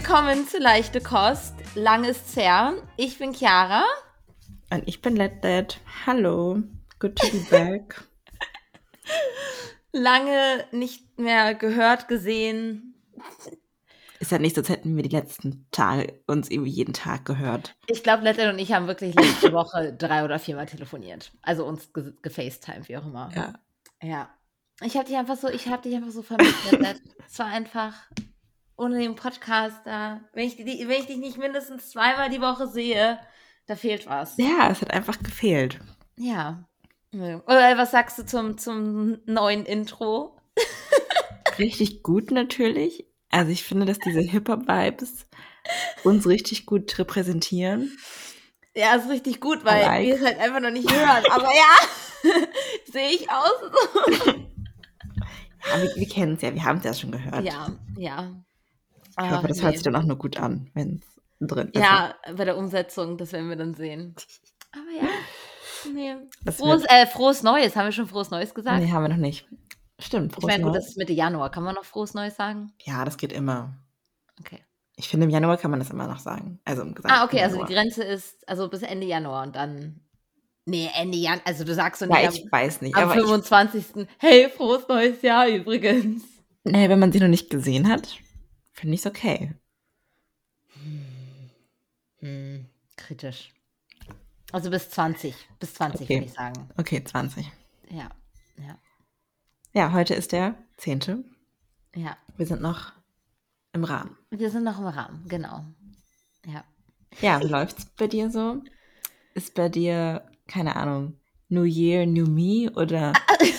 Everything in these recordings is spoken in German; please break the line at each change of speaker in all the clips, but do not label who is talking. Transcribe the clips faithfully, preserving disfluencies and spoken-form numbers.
Willkommen zu Leichte Kost. Lang ist's her. Ich bin Chiara.
Und ich bin Let Dad. Hallo. Good to be back.
Lange nicht mehr gehört, gesehen.
Ist ja nicht so, als hätten wir die letzten Tage uns irgendwie jeden Tag gehört.
Ich glaube, Let Dad und ich haben wirklich letzte Woche drei oder viermal telefoniert. Also uns ge- gefacetimed, wie auch immer.
Ja.
Ja. Ich habe dich einfach so, ich habe dich einfach so vermisst, Let Dad. Es war einfach ohne den Podcast da. Wenn ich, die, wenn ich dich nicht mindestens zweimal die Woche sehe, da fehlt was.
Ja, es hat einfach gefehlt.
Ja. Oder was sagst du zum, zum neuen Intro?
Richtig gut natürlich. Also ich finde, dass diese Hip-Hop-Vibes uns richtig gut repräsentieren.
Ja, ist richtig gut, weil
Like.
wir es halt einfach noch nicht hören. Aber ja, sehe ich aus so.
Ja, wir, wir kennen es ja, wir haben es ja schon gehört.
Ja, ja.
Ich
Ach,
hoffe, das
nee.
hört sich dann auch nur gut an, wenn es drin ist.
Ja, bei der Umsetzung, das werden wir dann sehen. Aber ja, nee.
Das
Frohes,
wird-
äh, frohes Neues. Haben wir schon frohes Neues gesagt?
Nee, haben wir noch nicht. Stimmt,
Ich
frohes
meine, gut,
Neues.
das ist Mitte Januar. Kann man noch frohes Neues sagen?
Ja, das geht immer.
Okay.
Ich finde, im Januar kann man das immer noch sagen. Also im gesamten
Ah, okay, also
Januar.
die Grenze ist also bis Ende Januar und dann. Nee, Ende Januar. Also du sagst so
Ja,
nicht
ich
am,
weiß nicht.
am
Aber ich,
fünfundzwanzigsten Hey, frohes neues Jahr übrigens.
nee, wenn man sie noch nicht gesehen hat, finde ich es okay.
Hm, kritisch. Also bis zwanzig. Bis zwanzig
Okay.
würde ich sagen.
Okay, zwanzig.
Ja, ja,
Ja, heute ist der zehnte.
ja.
Wir sind noch im Rahmen.
Wir sind noch im Rahmen, genau. Ja.
Ja, wie läuft's bei dir so? Ist bei dir, keine Ahnung, New Year, New Me oder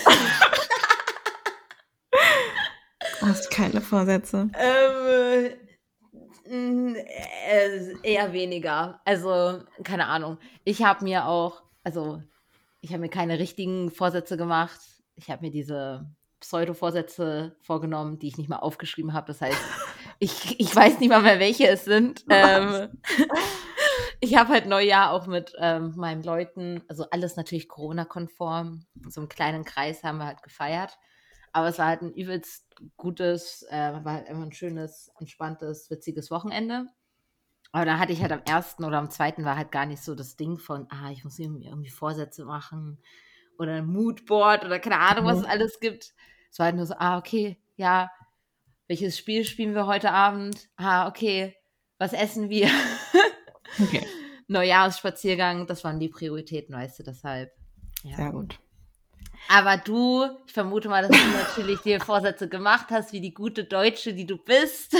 hast du keine Vorsätze?
Ähm, mh, äh, eher weniger. Also, keine Ahnung. Ich habe mir auch, also, ich habe mir keine richtigen Vorsätze gemacht. Ich habe mir diese Pseudo-Vorsätze vorgenommen, die ich nicht mal aufgeschrieben habe. Das heißt, ich, ich weiß nicht mal mehr, welche es sind. Ähm, ich habe halt Neujahr auch mit ähm, meinen Leuten, also alles natürlich Corona-konform, in so einem kleinen Kreis haben wir halt gefeiert. Aber es war halt ein übelst gutes, äh, war halt immer ein schönes, entspanntes, witziges Wochenende. Aber da hatte ich halt am ersten oder am zweiten war halt gar nicht so das Ding von, ah, ich muss irgendwie, irgendwie Vorsätze machen oder ein Moodboard oder keine Ahnung, was es
Mhm.
alles gibt. Es war halt nur so, ah, okay, ja, welches Spiel spielen wir heute Abend? Ah, okay, was essen wir?
Okay,
Neujahrsspaziergang, das waren die Prioritäten, weißt du, deshalb. Ja.
sehr gut.
Aber du, ich vermute mal, dass du natürlich dir Vorsätze gemacht hast, wie die gute Deutsche, die du bist.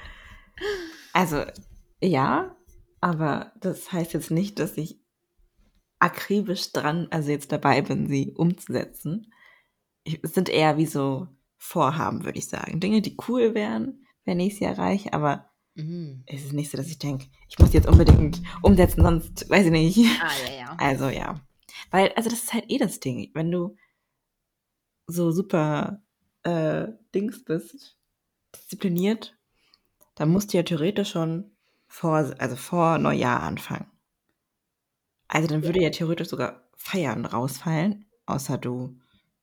Also, ja, aber das heißt jetzt nicht, dass ich akribisch dran, also jetzt dabei bin, sie umzusetzen. Ich, es sind eher wie so Vorhaben, würde ich sagen. Dinge, die cool wären, wenn ich sie erreiche, aber
Mhm.
es ist nicht so, dass ich denke, ich muss jetzt unbedingt umsetzen, sonst weiß ich nicht.
Ah, ja, ja.
Also ja. Weil, also das ist halt eh das Ding. Wenn du so super äh, Dings bist, diszipliniert, dann musst du ja theoretisch schon vor, also vor Neujahr anfangen. Also dann würde ja theoretisch sogar Feiern rausfallen, außer du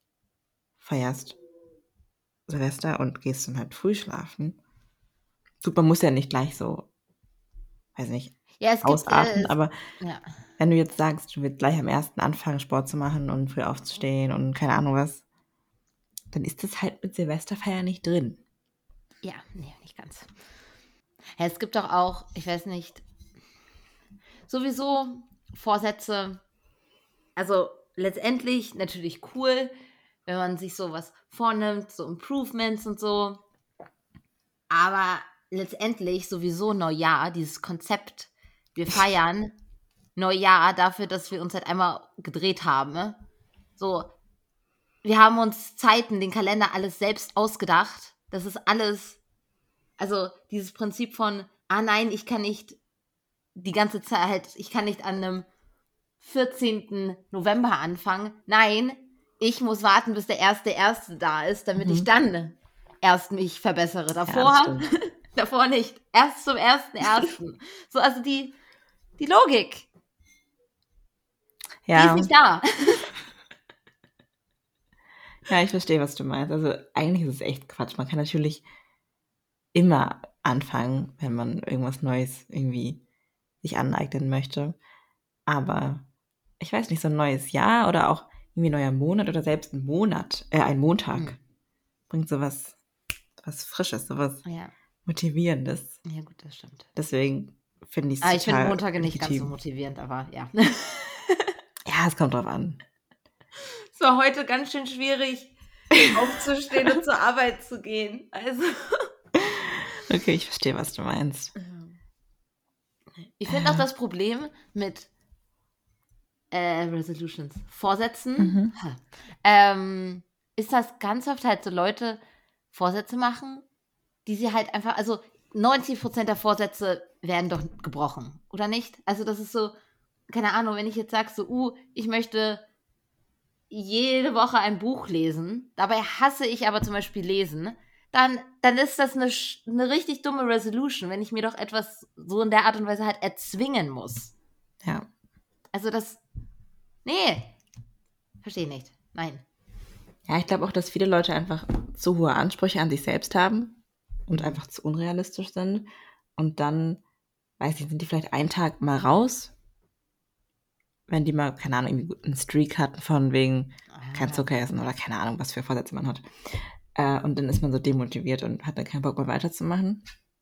feierst Silvester und gehst dann halt früh schlafen. Gut, man muss ja nicht gleich so, weiß nicht,
Ja, es gibt,
ausarten,
äh, es,
aber
ja.
wenn du jetzt sagst, du willst gleich am ersten anfangen, Sport zu machen und früh aufzustehen und keine Ahnung was, dann ist das halt mit Silvesterfeier nicht drin.
Ja, nee, nicht ganz. Ja, es gibt doch auch, ich weiß nicht, sowieso Vorsätze, also letztendlich natürlich cool, wenn man sich sowas vornimmt, so Improvements und so. Aber letztendlich sowieso Neujahr, dieses Konzept, wir feiern Neujahr dafür, dass wir uns halt einmal gedreht haben. Ne? So, wir haben uns Zeiten, den Kalender alles selbst ausgedacht. Das ist alles, also dieses Prinzip von, ah nein, ich kann nicht die ganze Zeit, halt, ich kann nicht an einem vierzehnten November anfangen. Nein, ich muss warten, bis der erste erste da ist, damit
Mhm.
ich dann erst mich verbessere. Davor,
Ja, das stimmt.
davor nicht. Erst zum ersten ersten. So, also die, die Logik, die ist
Ja,
nicht da.
ja, ich verstehe, was du meinst. Also eigentlich ist es echt Quatsch. Man kann natürlich immer anfangen, wenn man irgendwas Neues irgendwie sich aneignen möchte. Aber ich weiß nicht, so ein neues Jahr oder auch irgendwie ein neuer Monat oder selbst ein Monat, äh, ein Montag
Hm.
bringt sowas, was Frisches, sowas
Ja.
Motivierendes.
Ja, gut, das stimmt.
Deswegen finde ich es
Ah, ich finde
total
Montage nicht ganz so
legitim.
motivierend, aber ja.
Ja, es kommt drauf an.
Es war heute ganz schön schwierig, aufzustehen und zur Arbeit zu gehen. Also.
Okay, ich verstehe, was du meinst.
Ich finde auch
Äh,
das Problem mit äh, Resolutions, Vorsätzen,
mhm.
ha, ähm, ist, dass ganz oft halt so Leute Vorsätze machen, die sie halt einfach, also neunzig Prozent der Vorsätze werden doch gebrochen, oder nicht? Also das ist so, keine Ahnung, wenn ich jetzt sage so, uh, ich möchte jede Woche ein Buch lesen, dabei hasse ich aber zum Beispiel Lesen, dann, dann ist das eine, sch- eine richtig dumme Resolution, wenn ich mir doch etwas so in der Art und Weise halt erzwingen muss.
Ja.
Also das, nee, verstehe nicht, nein.
Ja, ich glaube auch, dass viele Leute einfach zu hohe Ansprüche an sich selbst haben und
Mhm.
einfach zu unrealistisch sind. Und dann, weiß ich, sind die vielleicht einen Tag mal raus, wenn die mal, keine Ahnung, irgendwie einen Streak hatten von wegen kein
Ah,
Zucker essen oder keine Ahnung, was für Vorsätze man hat. Äh, und dann ist man so demotiviert und hat dann keinen Bock mehr weiterzumachen.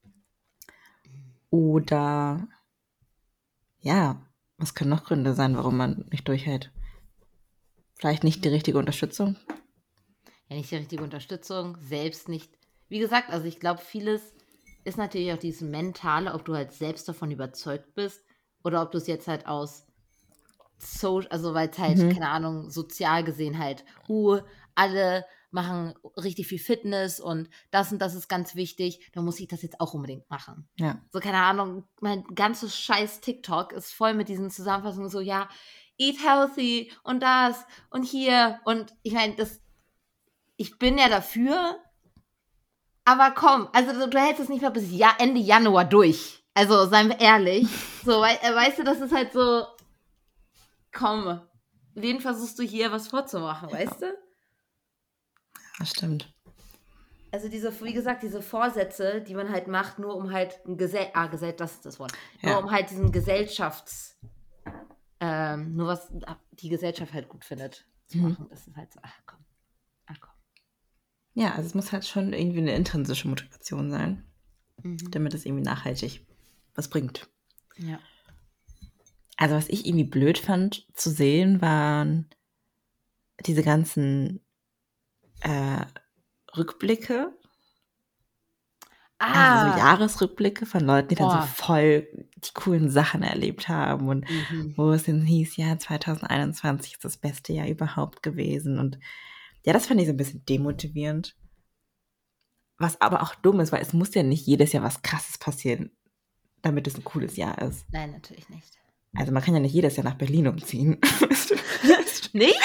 Oder, ja, was können noch Gründe sein, warum man nicht durchhält? Vielleicht nicht die richtige Unterstützung.
ja, nicht die richtige Unterstützung, selbst nicht. Wie gesagt, also ich glaube, vieles ist natürlich auch dieses Mentale, ob du halt selbst davon überzeugt bist oder ob du es jetzt halt aus so, also weil es halt,
Mhm.
keine Ahnung, sozial gesehen halt, uh, alle machen richtig viel Fitness und das und das ist ganz wichtig, dann muss ich das jetzt auch unbedingt machen.
Ja.
So, keine Ahnung, mein ganzes scheiß TikTok ist voll mit diesen Zusammenfassungen so, ja, eat healthy und das und hier und ich meine, das, ich bin ja dafür, aber komm, also du, du hältst es nicht mal bis ja, Ende Januar durch. Also, seien wir ehrlich. So, wei äh, weißt du, das ist halt so, komm, wen versuchst du hier was vorzumachen,
Ja.
weißt du?
Das stimmt.
Also diese, wie gesagt, diese Vorsätze, die man halt macht, nur um halt ein Gesell, ah, Gesell, das ist das Wort, nur
Ja.
um halt diesen Gesellschafts, ähm, nur was die Gesellschaft halt gut findet, zu
Mhm.
machen. Das ist halt so, ach komm, ach komm.
Ja, also es muss halt schon irgendwie eine intrinsische Motivation sein,
Mhm.
damit es irgendwie nachhaltig was bringt.
Ja.
Also was ich irgendwie blöd fand zu sehen, waren diese ganzen äh, Rückblicke, also so
Ah,
Jahresrückblicke von Leuten, die dann so
boah.
voll die coolen Sachen erlebt haben und
Mhm.
wo es dann hieß, ja, zwanzig einundzwanzig ist das beste Jahr überhaupt gewesen. Und ja, das fand ich so ein bisschen demotivierend. Was aber auch dumm ist, weil es muss ja nicht jedes Jahr was Krasses passieren, damit es ein cooles Jahr ist.
Nein, natürlich nicht.
Also man kann ja nicht jedes Jahr nach Berlin umziehen.
Nicht?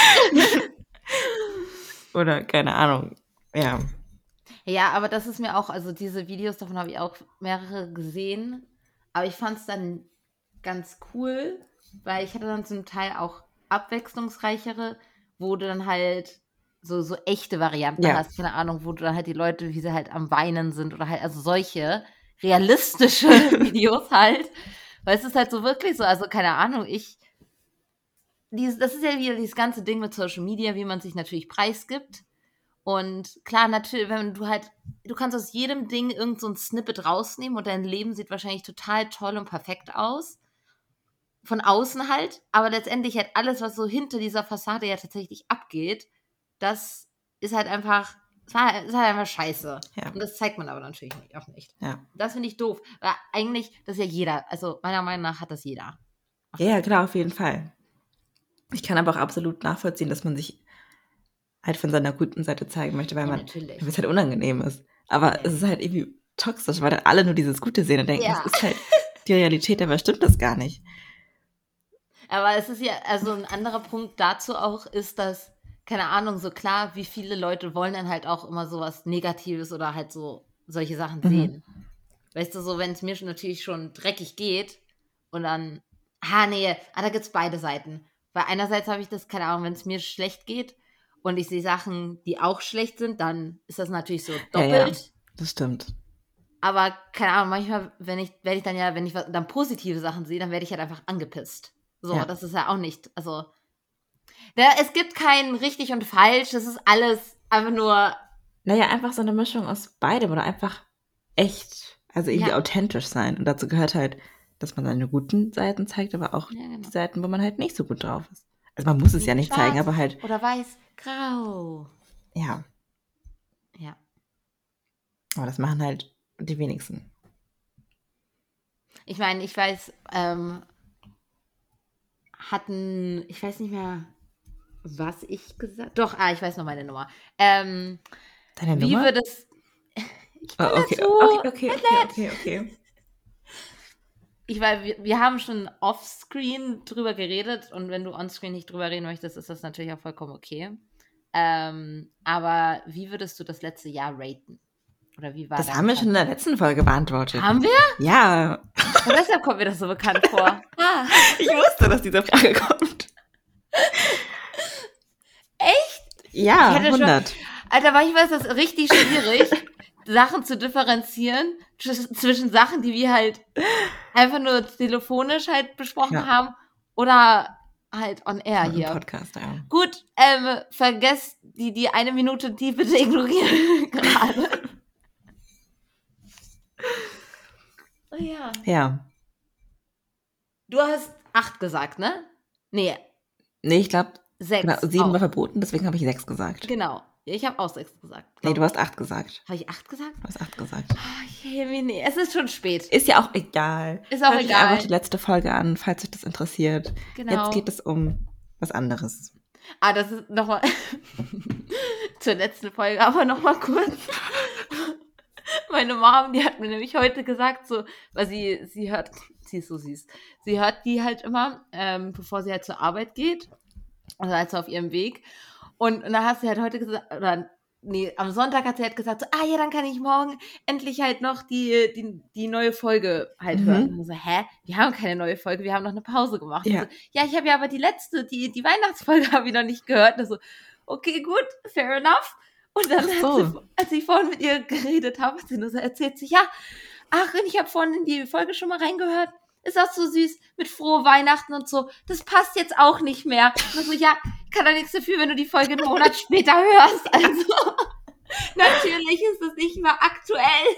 Oder keine Ahnung. Ja.
Ja, aber das ist mir auch, also diese Videos, davon habe ich auch mehrere gesehen. Aber ich fand es dann ganz cool, weil ich hatte dann zum Teil auch abwechslungsreichere, wo du dann halt so, so echte Varianten
Ja.
hast, keine Ahnung, wo du dann halt die Leute, wie sie halt am Weinen sind oder halt, also solche realistische Videos halt. Weil es ist halt so wirklich so, also keine Ahnung, ich, dieses, das ist ja wieder dieses ganze Ding mit Social Media, wie man sich natürlich preisgibt. Und klar, natürlich, wenn du halt, du kannst aus jedem Ding irgend so ein Snippet rausnehmen und dein Leben sieht wahrscheinlich total toll und perfekt aus. Von außen halt, aber letztendlich halt alles, was so hinter dieser Fassade ja tatsächlich abgeht, das ist halt einfach, ist halt ist halt einfach scheiße.
Ja.
Und das zeigt man aber natürlich nicht, auch nicht.
Ja.
Das finde ich doof. Weil eigentlich, das ist ja jeder, also meiner Meinung nach hat das jeder.
Ja, ja, klar, auf jeden Fall. Ich kann aber auch absolut nachvollziehen, dass man sich halt von seiner guten Seite zeigen möchte, weil
Ja,
man,
natürlich.
weil es halt unangenehm ist. Aber
Ja.
es ist halt irgendwie toxisch, weil dann alle nur dieses Gute sehen und denken,
Ja.
das ist halt die Realität, aber stimmt das gar nicht.
Aber es ist ja, also ein anderer Punkt dazu auch ist, dass, keine Ahnung, so klar, wie viele Leute wollen dann halt auch immer sowas Negatives oder halt so solche Sachen
Mhm.
sehen. Weißt du, so wenn es mir schon natürlich schon dreckig geht und dann, ah nee, ah, da gibt es beide Seiten. Weil einerseits habe ich das, keine Ahnung, wenn es mir schlecht geht und ich sehe Sachen, die auch schlecht sind, dann ist das natürlich so
Ja, ja,
doppelt.
das stimmt.
Aber keine Ahnung, manchmal, wenn ich, werde ich dann ja, wenn ich was- dann positive Sachen sehe, dann werde ich halt einfach angepisst. So,
Ja.
das ist ja auch nicht, also da, es gibt kein richtig und falsch, das ist alles einfach nur,
Naja, einfach so eine Mischung aus beidem oder einfach echt, also irgendwie
ja,
authentisch sein. Und dazu gehört halt, dass man seine guten Seiten zeigt, aber auch
ja, genau.
die Seiten, wo man halt nicht so gut drauf ist. Also man muss es
Nicht
ja nicht zeigen,
schwarz
aber halt,
oder weiß, grau.
ja,
Ja.
aber das machen halt die wenigsten.
Ich meine, ich weiß, ähm, hatten, ich weiß nicht mehr, was ich gesagt Doch, ah, ich weiß noch meine Nummer. Ähm,
Deine
wie
Nummer?
wird es. Ich bin
Oh, okay,
dazu.
okay, okay, okay, okay, okay.
Ich weiß, wir, wir haben schon offscreen drüber geredet und wenn du onscreen nicht drüber reden möchtest, ist das natürlich auch vollkommen okay. Ähm, aber wie würdest du das letzte Jahr raten? Oder wie war
Das
dein
haben wir schon in der letzten Folge beantwortet.
Haben wir?
Ja.
Und deshalb kommt mir das so bekannt vor. Ah.
Ich wusste, dass diese Frage kommt.
Echt?
Ja,
Ich hätte schon-
hundert.
Alter, manchmal ist das richtig schwierig, Sachen zu differenzieren zwisch- zwischen Sachen, die wir halt einfach nur telefonisch halt besprochen
Ja.
haben oder halt on air
Im
hier.
Podcast, ja.
Gut, ähm, vergesst die, die eine Minute, die bitte ignorieren gerade. Oh ja.
Ja.
Du hast acht gesagt, ne? Nee,
Nee, ich glaube,
sechs.
genau, sieben
auch.
war verboten, deswegen habe ich sechs gesagt.
Genau. Ich habe auch sechs gesagt.
Nee, du hast acht gesagt.
Habe ich acht gesagt?
Du hast acht gesagt.
Oh, Jemine, es ist schon spät.
Ist ja auch egal.
Ist auch
Hört euch
egal.
einfach die letzte Folge an, falls euch das interessiert.
Genau.
Jetzt geht es um was anderes.
Ah, das ist nochmal zur letzten Folge, aber nochmal kurz. Meine Mom, die hat mir nämlich heute gesagt, so, weil sie, sie hört, sie ist so süß, sie hört die halt immer, ähm, bevor sie halt zur Arbeit geht, also halt so auf ihrem Weg. Und, und dann hat sie halt heute gesagt, oder nee, am Sonntag hat sie halt gesagt, so, ah ja, dann kann ich morgen endlich halt noch die, die, die neue Folge halt
Mhm.
hören. Und so, hä? Wir haben keine neue Folge, wir haben noch eine Pause gemacht.
Ja.
Und so, ja, ich habe ja aber die letzte, die, die Weihnachtsfolge habe ich noch nicht gehört. Und so, okay, gut, fair enough. Und dann,
Ach so.
hat sie, als ich vorhin mit ihr geredet habe, hat sie nur so erzählt, sich, ja, ach, ich habe vorhin in die Folge schon mal reingehört. Ist auch so süß mit frohe Weihnachten und so. Das passt jetzt auch nicht mehr. Und so, ja, kann doch nichts dafür, wenn du die Folge einen Monat später hörst. Also, natürlich ist es nicht mehr aktuell.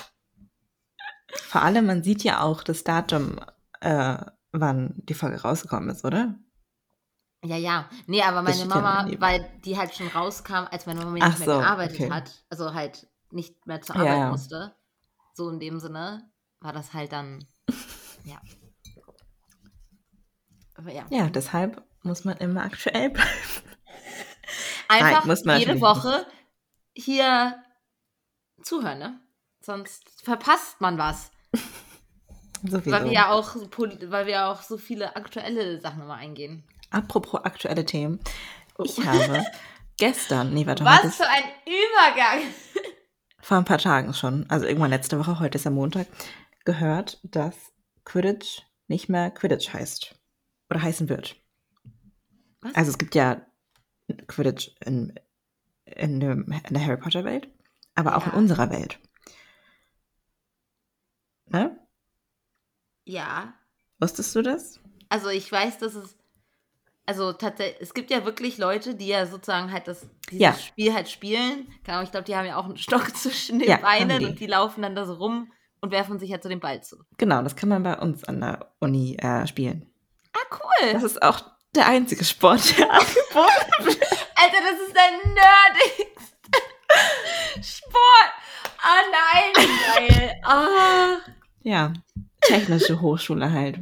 Vor allem, man sieht ja auch das Datum, äh, wann die Folge rausgekommen ist, oder?
Ja, ja. Nee, aber
Das
meine
steht ja
Mama,
daneben.
weil die halt schon rauskam, als meine Mama
Ach
nicht mehr
so,
gearbeitet
okay.
hat, also halt nicht mehr zur
Ja,
Arbeit
ja.
musste, so in dem Sinne, war das halt dann, ja. Aber ja.
Ja, deshalb muss man immer aktuell bleiben.
Einfach
Nein, muss man
jede
natürlich
Woche hier zuhören, ne? Sonst verpasst man was.
Sowieso.
Weil wir ja auch, so poli- weil wir auch so viele aktuelle Sachen immer eingehen.
Apropos aktuelle Themen.
Oh.
Ich habe gestern, nee, warte, heute
Was
ist
für ein Übergang!
vor ein paar Tagen schon, also irgendwann letzte Woche, heute ist am Montag, gehört, dass Quidditch nicht mehr Quidditch heißt. Oder heißen wird.
Was?
Also es gibt ja Quidditch in, in, dem, in der Harry Potter Welt, aber auch in
Ja.
unserer Welt. Ne?
Ja.
Wusstest du das?
Also ich weiß, dass es, also tatsächlich, es gibt ja wirklich Leute, die ja sozusagen halt das, dieses
Ja.
Spiel halt spielen. Keine Ahnung, ich glaube, die haben ja auch einen Stock zwischen den
Ja, haben
Beinen
die.
und die laufen dann da so rum und werfen sich halt so den Ball zu.
Genau, das kann man bei uns an der Uni äh, spielen.
Ah, cool!
Das ist auch der einzige Sport, der angeboten wird.
Alter, das ist der nerdigste Sport! Ah, nein! Geil! Ah!
Ja, technische Hochschule halt.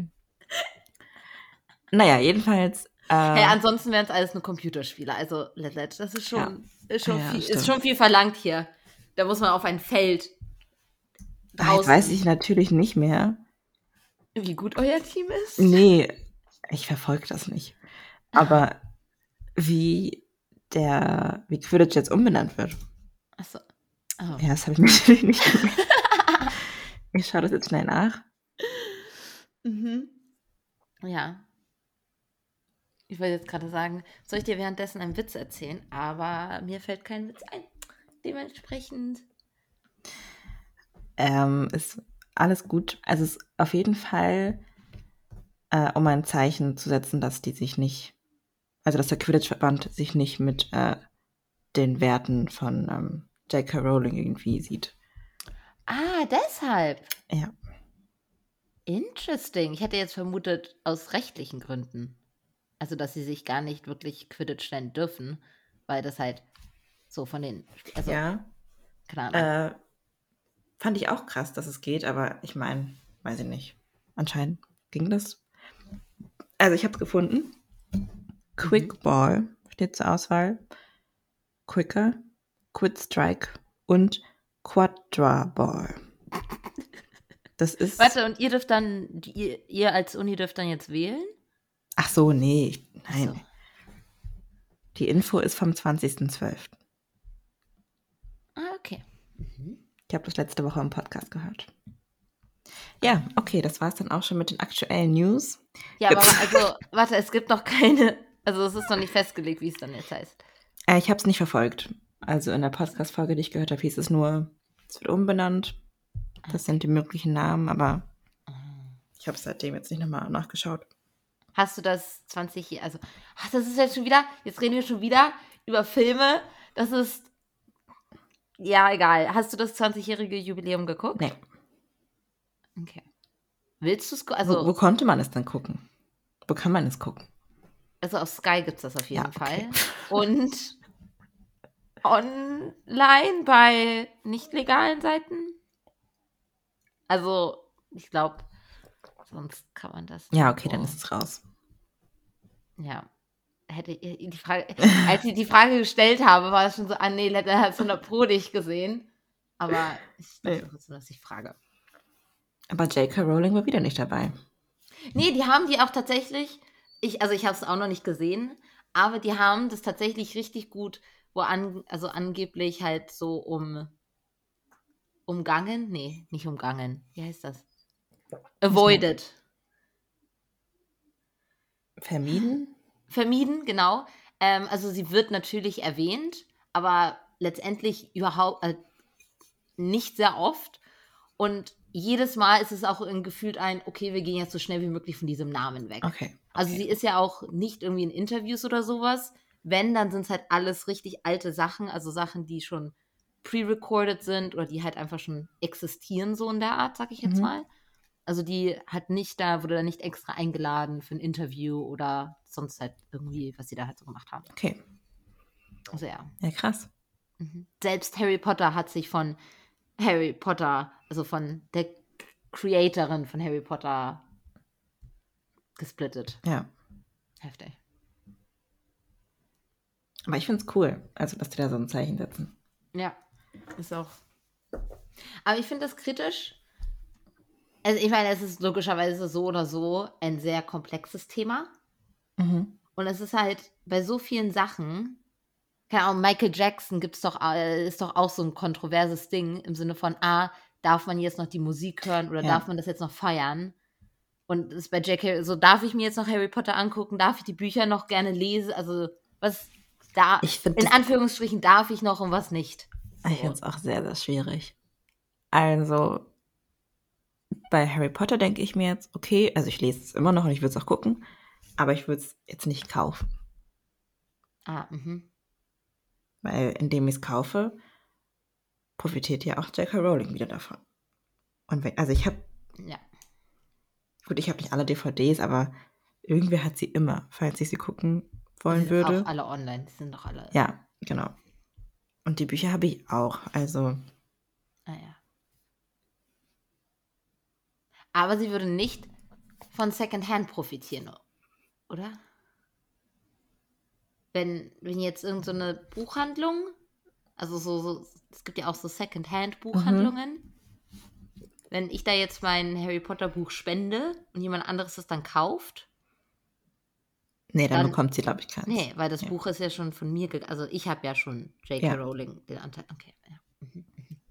Naja, jedenfalls. Äh,
Hey, ansonsten wären es alles nur Computerspiele. Also, legit, das ist schon, ist schon,
Ja,
viel,
stimmt.
ist schon viel verlangt hier. Da muss man auf ein Feld
ah, jetzt
draußen.
weiß ich natürlich nicht mehr.
Wie gut euer Team ist?
Nee, ich verfolge das nicht. Aber wie der, wie Quidditch jetzt umbenannt wird.
Achso. Oh.
Ja, das habe ich mir natürlich nicht gemerkt. Ich schaue das jetzt schnell nach.
Mhm. Ja. Ich wollte jetzt gerade sagen, soll ich dir währenddessen einen Witz erzählen? Aber mir fällt kein Witz ein. Dementsprechend.
Ähm, ist alles gut. Also es ist auf jeden Fall, äh, um ein Zeichen zu setzen, dass die sich nicht, also dass der Quidditch-Verband sich nicht mit äh, den Werten von ähm, J K. Rowling irgendwie sieht.
Ah, deshalb.
Ja.
Interesting. Ich hätte jetzt vermutet, aus rechtlichen Gründen. Also, dass sie sich gar nicht wirklich Quidditch nennen dürfen, weil das halt so von den, also,
Ja.
keine Ahnung.
Äh, fand ich auch krass, dass es geht, aber ich meine, weiß ich nicht. Anscheinend ging das. Also ich habe es gefunden. Quickball steht zur Auswahl. Quicker, Quid Strike und Quadraball. Das ist.
Warte, und ihr dürft dann, die- ihr, ihr als Uni dürft dann jetzt wählen?
Ach so, nee, ich-
Ach
nein.
so.
Die Info ist vom zwanzigsten zwölften
Ah, okay.
Ich habe das letzte Woche im Podcast gehört. Ja, okay, das war es dann auch schon mit den aktuellen News.
Ja, aber
Jetzt-
wa- also, warte, es gibt noch keine, also es ist noch nicht festgelegt, wie es dann jetzt heißt.
Äh, ich habe es nicht verfolgt. Also in der Podcast-Folge, die ich gehört habe, hieß es nur, es wird umbenannt. Das sind die möglichen Namen, aber ich habe seitdem jetzt nicht nochmal nachgeschaut.
Hast du das zwanzig, also, ach, das ist jetzt schon wieder, jetzt reden wir schon wieder über Filme. Das ist, ja, egal. Hast du das zwanzigjährige Jubiläum geguckt?
Nee.
Okay. Willst du es,
wo,
also,
wo konnte man es dann gucken? Wo kann man es gucken?
also auf Sky gibt es das auf jeden
Ja, okay.
Fall. Und online bei nicht legalen Seiten? Also, ich glaube, sonst kann man das.
Ja, okay, dann
irgendwo-
ist es raus.
Ja. Hätte ihr die Frage, als ich die Frage gestellt habe, war es schon so, ah nee, Letter hat hundert Pro nicht gesehen. Aber ich dachte
Nee.
trotzdem, dass ich frage.
Aber J K. Rowling war wieder nicht dabei.
Nee, die haben die auch tatsächlich, ich, also ich habe es auch noch nicht gesehen, aber die haben das tatsächlich richtig gut, wo an, also angeblich halt so um umgangen, nee, nicht umgangen, wie heißt das? Avoided.
Vermieden?
Vermieden, genau. Ähm, also sie wird natürlich erwähnt, aber letztendlich überhaupt äh, nicht sehr oft. Und jedes Mal ist es auch in gefühlt ein, okay, wir gehen jetzt so schnell wie möglich von diesem Namen weg.
Okay. okay.
Also sie ist ja auch nicht irgendwie in Interviews oder sowas. Wenn, dann sind es halt alles richtig alte Sachen, also Sachen, die schon pre-recorded sind oder die halt einfach schon existieren, so in der Art, sag ich jetzt
Mhm.
mal. Also die hat nicht da, wurde da nicht extra eingeladen für ein Interview oder sonst halt irgendwie, was sie da halt so gemacht haben.
Okay.
Also ja.
Ja, krass.
Mhm. Selbst Harry Potter hat sich von Harry Potter, also von der Creatorin von Harry Potter gesplittet.
Ja.
Heftig.
Aber ich finde es cool, also dass die da so ein Zeichen setzen.
Ja, ist auch. Aber ich finde das kritisch. Also ich meine, es ist logischerweise so oder so ein sehr komplexes Thema.
Mhm.
Und es ist halt bei so vielen Sachen, keine Ahnung, Michael Jackson gibt's doch, äh, ist doch auch so ein kontroverses Ding im Sinne von, ah, darf man jetzt noch die Musik hören oder
Ja.
darf man das jetzt noch feiern? Und das ist bei J K, so darf ich mir jetzt noch Harry Potter angucken, darf ich die Bücher noch gerne lesen? Also was da,
Ich finde
in
das-
Anführungsstrichen darf ich noch und was nicht.
Ich finde es auch sehr, sehr schwierig. Also, bei Harry Potter denke ich mir jetzt, okay, also ich lese es immer noch und ich würde es auch gucken, aber ich würde es jetzt nicht kaufen.
Ah, mhm.
Weil indem ich es kaufe, profitiert ja auch J K. Rowling wieder davon. Und wenn, also ich habe,
Ja.
gut, ich habe nicht alle D V Ds, aber irgendwer hat sie immer, falls ich sie gucken
Die
wollen
sind
würde.
auch alle online, die sind doch alle.
Ja, genau. Und die Bücher habe ich auch, also
Ah, ja. Aber sie würde nicht von Secondhand profitieren, oder? Wenn, wenn jetzt irgend so eine Buchhandlung, also so, so, es gibt ja auch so Secondhand-Buchhandlungen. Wenn ich da jetzt mein Harry Potter Buch spende und jemand anderes es dann kauft,
nee, dann,
Dann-
bekommt sie, glaube ich, keins.
nee, weil das
Ja.
Buch ist ja schon von mir, ge- also ich habe ja schon J K.
Ja.
Rowling den Anteil. Okay, ja. Mhm.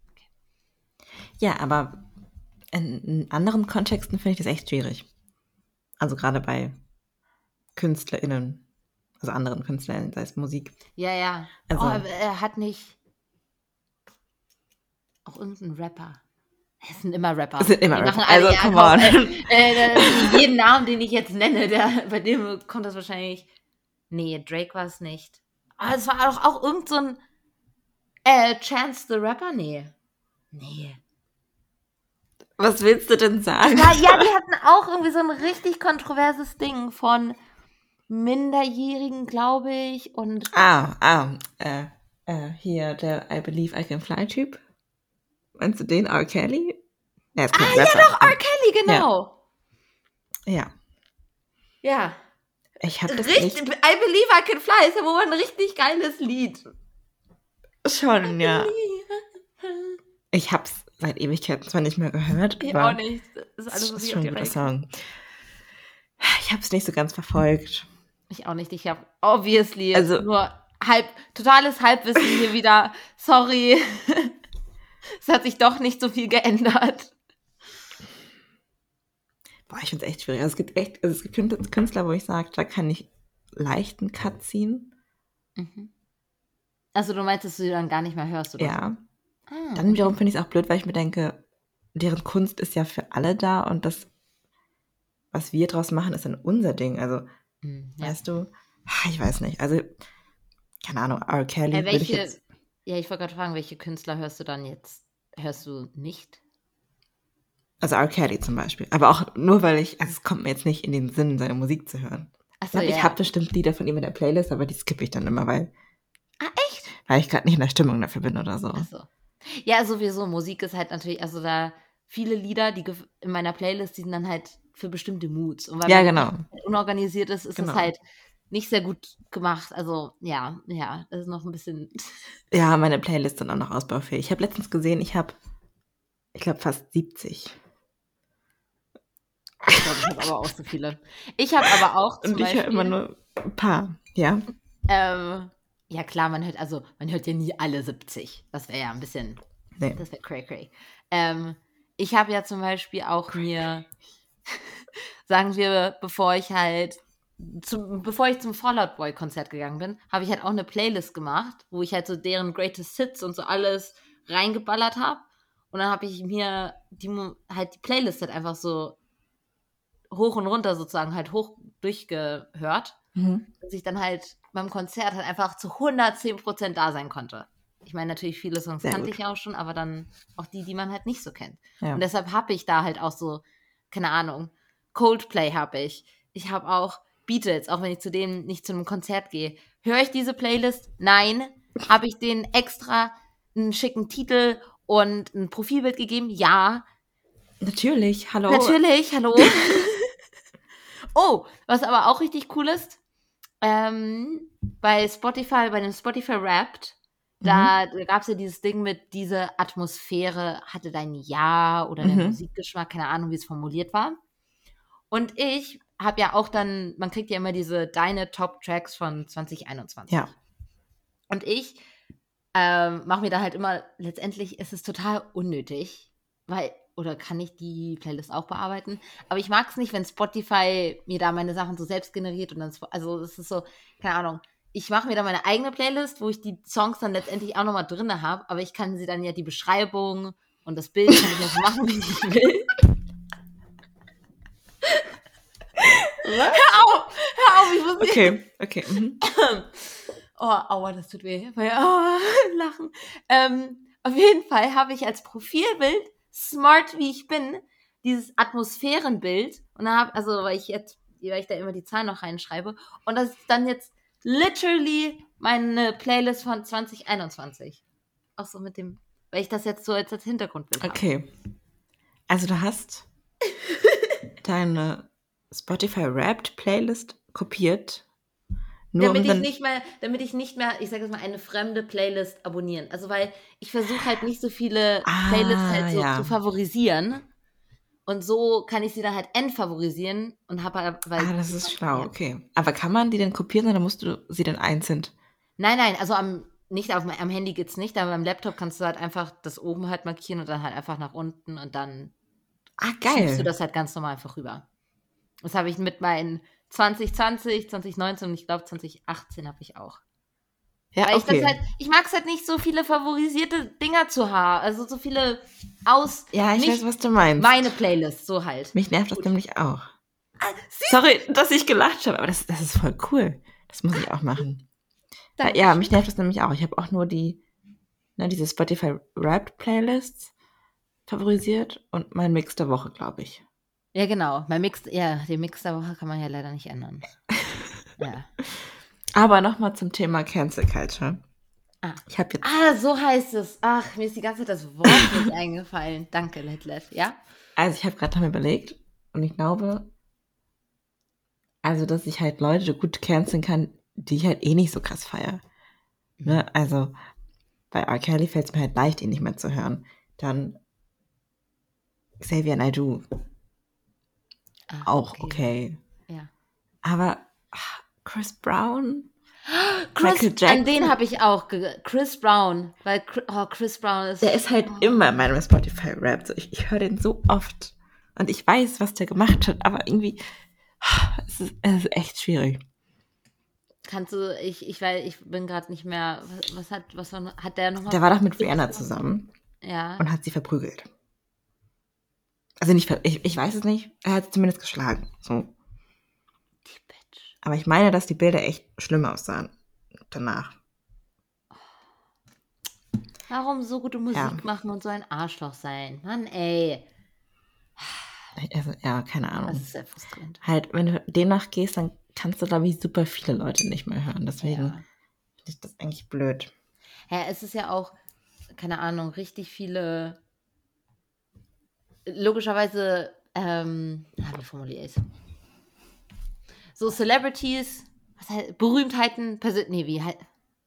Ja, aber in, in anderen Kontexten finde ich das echt schwierig. Also gerade bei KünstlerInnen, also anderen KünstlerInnen, sei es Musik.
Ja, ja.
Also-
oh, aber er hat nicht auch irgendein Rapper. Es sind immer Rapper.
Es sind immer
Die
Rapper.
machen alle,
Also,
ja,
come
komm,
on.
äh, äh, jeden Namen, den ich jetzt nenne, der, bei dem kommt das wahrscheinlich. Nee, Drake war es nicht. Aber es war auch, auch irgend so ein äh, Chance the Rapper? Nee. Nee.
Was willst du denn sagen?
Ja, ja, die hatten auch irgendwie so ein richtig kontroverses Ding von Minderjährigen, glaube ich. Und
Ah, ah, äh, äh, hier der I Believe I Can Fly Typ. Meinst du den, R. Kelly? Er ist kein
ah,
Rapper.
ja doch, R. Kelly, genau.
Ja.
Ja.
Ich hab das
Richtig,
nicht.
I Believe I Can Fly ist ja wohl ein richtig geiles Lied.
Schon, ja.
Believe-
Ich hab's seit Ewigkeiten zwar nicht mehr gehört,
Ich
aber
auch nicht. Das ist alles,
es
was
ist
ich
schon
auf
ein
die
guter
Reihe kriege.
Song. Ich hab's nicht so ganz verfolgt.
Ich auch nicht. Ich habe obviously
Also-
nur halb, totales Halbwissen hier wieder. Sorry. Es hat sich doch nicht so viel geändert.
Boah, ich find's echt schwierig. Also es gibt echt, also es gibt Künstler, wo ich sage, da kann ich leichten Cut ziehen.
Mhm. Also du meinst, dass du die dann gar nicht mehr hörst, oder?
Ja.
Ah,
Dann wiederum finde ich es auch blöd, weil ich mir denke, deren Kunst ist ja für alle da und das, was wir draus machen, ist dann unser Ding. Also,
Hm, ja.
weißt du, ich weiß nicht. Also, keine Ahnung, R. Kelly
Äh,
würde ich
welche,
jetzt.
ja, ich wollte gerade fragen, welche Künstler hörst du dann jetzt? Hörst du nicht?
Also R. Kelly zum Beispiel. Aber auch nur, weil ich, also es kommt mir jetzt nicht in den Sinn, seine Musik zu hören. Ich
Achso,
glaube,
ja.
ich habe bestimmt Lieder von ihm in der Playlist, aber die skippe ich dann immer, weil,
Ah, echt?
weil ich gerade nicht in der Stimmung dafür bin oder so.
Achso. Ja, sowieso. Musik ist halt natürlich, also da viele Lieder, die gef- in meiner Playlist, die sind dann halt für bestimmte Moods. Und weil
Ja,
man
genau.
halt unorganisiert ist, ist
Genau.
das halt nicht sehr gut gemacht. Also ja, ja, das ist noch ein bisschen.
Ja, meine Playlist sind auch noch ausbaufähig. Ich habe letztens gesehen, ich habe, ich glaube, fast siebzig.
Ich glaube, ich habe aber auch so viele. Ich habe aber auch zum
Und ich höre
Beispiel.
immer nur ein paar, ja.
Ähm, ja klar, man hört, also man hört ja nie alle siebzig. Das wäre ja ein bisschen,
Nee.
das wäre cray cray. Ähm, ich habe ja zum Beispiel auch mir, sagen wir, bevor ich halt, zum, bevor ich zum Fallout Boy Konzert gegangen bin, habe ich halt auch eine Playlist gemacht, wo ich halt so deren Greatest Hits und so alles reingeballert habe. Und dann habe ich mir die, Mu- halt die Playlist halt einfach so hoch und runter sozusagen halt hoch durchgehört.
Mhm.
Dass ich dann halt beim Konzert halt einfach zu hundertzehn Prozent da sein konnte. Ich meine, natürlich viele Songs
Sehr
kannte
gut.
ich ja auch schon, aber dann auch die, die man halt nicht so kennt.
Ja.
Und deshalb habe ich da halt auch so, keine Ahnung, Coldplay habe ich. Ich habe auch Beatles, auch wenn ich zu denen nicht zu einem Konzert gehe. Höre ich diese Playlist? Nein. Habe ich denen extra einen schicken Titel und ein Profilbild gegeben? Ja.
Natürlich, hallo.
Natürlich, hallo. Oh, was aber auch richtig cool ist, ähm, bei Spotify, bei dem Spotify Wrapped, da, da gab es ja dieses Ding mit, diese Atmosphäre hatte dein Jahr oder dein
Mhm.
Musikgeschmack, keine Ahnung, wie es formuliert war. Und ich habe ja auch dann, man kriegt ja immer diese deine Top-Tracks von zwanzig einundzwanzig.
Ja.
Und ich ähm, mache mir da halt immer, letztendlich ist es total unnötig, weil, oder kann ich die Playlist auch bearbeiten? Aber ich mag es nicht, wenn Spotify mir da meine Sachen so selbst generiert und dann, also es ist so, keine Ahnung, ich mache mir da meine eigene Playlist, wo ich die Songs dann letztendlich auch nochmal drin habe, aber ich kann sie dann ja die Beschreibung und das Bild kann ich ja so machen, wie ich will.
Was?
Hör auf, hör auf, ich muss nicht.
Okay, okay. Mhm.
Oh, aua, das tut weh. Weil, oh, lachen. Ähm, auf jeden Fall habe ich als Profilbild, smart wie ich bin, dieses Atmosphärenbild. Und da habe, also, weil ich jetzt, weil ich da immer die Zahlen noch reinschreibe. Und das ist dann jetzt literally meine Playlist von zwanzig einundzwanzig. Auch so mit dem, weil ich das jetzt so als, als Hintergrundbild habe.
Okay. Also du hast deine Spotify Wrapped Playlist kopiert. Nur
Damit
um
ich
dann,
nicht mehr, damit ich nicht mehr, ich sage jetzt mal, eine fremde Playlist abonnieren. Also weil ich versuche halt nicht so viele
Ah,
Playlists halt so
ja.
zu favorisieren. Und so kann ich sie dann halt entfavorisieren und habe halt, weil.
Ah, das ist schlau,
Ja.
okay. Aber kann man die denn kopieren oder musst du sie dann einzeln?
Nein, nein, also am, nicht auf, am Handy geht's nicht, aber am Laptop kannst du halt einfach das oben halt markieren und dann halt einfach nach unten und dann
Ah,
schiebst du
geil.
das halt ganz normal einfach rüber. Das habe ich mit meinen zwanzig zwanzig, zwanzig neunzehn und ich glaube zwanzig achtzehn habe ich auch.
Ja,
Weil ich das
okay.
halt, ich mag es halt nicht, so viele favorisierte Dinger zu haben. Also so viele aus,
Ja, ich
nicht
weiß, was du meinst.
meine Playlist, so halt.
Mich nervt das
Gut.
nämlich auch.
Ah,
Sorry, dass ich gelacht habe, aber das, das ist voll cool. Das muss ich auch machen. Weil, ja,
Dankeschön.
mich nervt das nämlich auch. Ich habe auch nur die, ne, diese Spotify Wrapped Playlists favorisiert und mein Mix der Woche, glaube ich.
Ja, genau. Mein Mix, ja, den Mix der Woche kann man ja leider nicht ändern. Ja.
Aber nochmal zum Thema Cancel Culture.
Ah.
Ich habe jetzt,
ah, so heißt es. Ach, mir ist die ganze Zeit das Wort nicht eingefallen. Danke, Letlet. Ja?
also ich habe gerade noch mal überlegt und ich glaube, also dass ich halt Leute gut canceln kann, die ich halt eh nicht so krass feiere. Ne? Also bei R. Kelly fällt es mir halt leicht, ihn nicht mehr zu hören. Dann Xavier Naidoo.
Ah,
Auch okay.
Ja.
Aber ach, Chris Brown?
Chris,
Michael
an
Jackson?
den habe ich auch, ge Chris Brown, weil Chris, oh, Chris Brown ist...
Der ist halt
oh.
immer in meinem Spotify-Rap. So, ich ich höre den so oft. Und ich weiß, was der gemacht hat, aber irgendwie, es ist, es ist echt schwierig.
Kannst du, ich, ich, weil ich bin gerade nicht mehr, was, was hat, was war, hat der nochmal...
Der war doch mit Rihanna zusammen
Ja.
und hat sie verprügelt. Also nicht, ver ich, ich weiß es nicht, er hat sie zumindest geschlagen. So.
Die Bitch.
Aber ich meine, dass die Bilder echt schlimm aussahen danach.
Warum so gute Musik
Ja.
machen und so ein Arschloch sein? Mann, ey.
Also, ja, keine
Das
Ahnung.
ist sehr frustrierend.
Halt, wenn du demnach gehst, dann kannst du, glaube ich, super viele Leute nicht mehr hören. Deswegen
Ja.
finde ich das eigentlich blöd.
Ja, es ist ja auch, keine Ahnung, richtig viele, logischerweise, ähm, ah, wie formuliere ich es? So Celebrities, was heißt, Berühmtheiten, Persön nee, wie halt,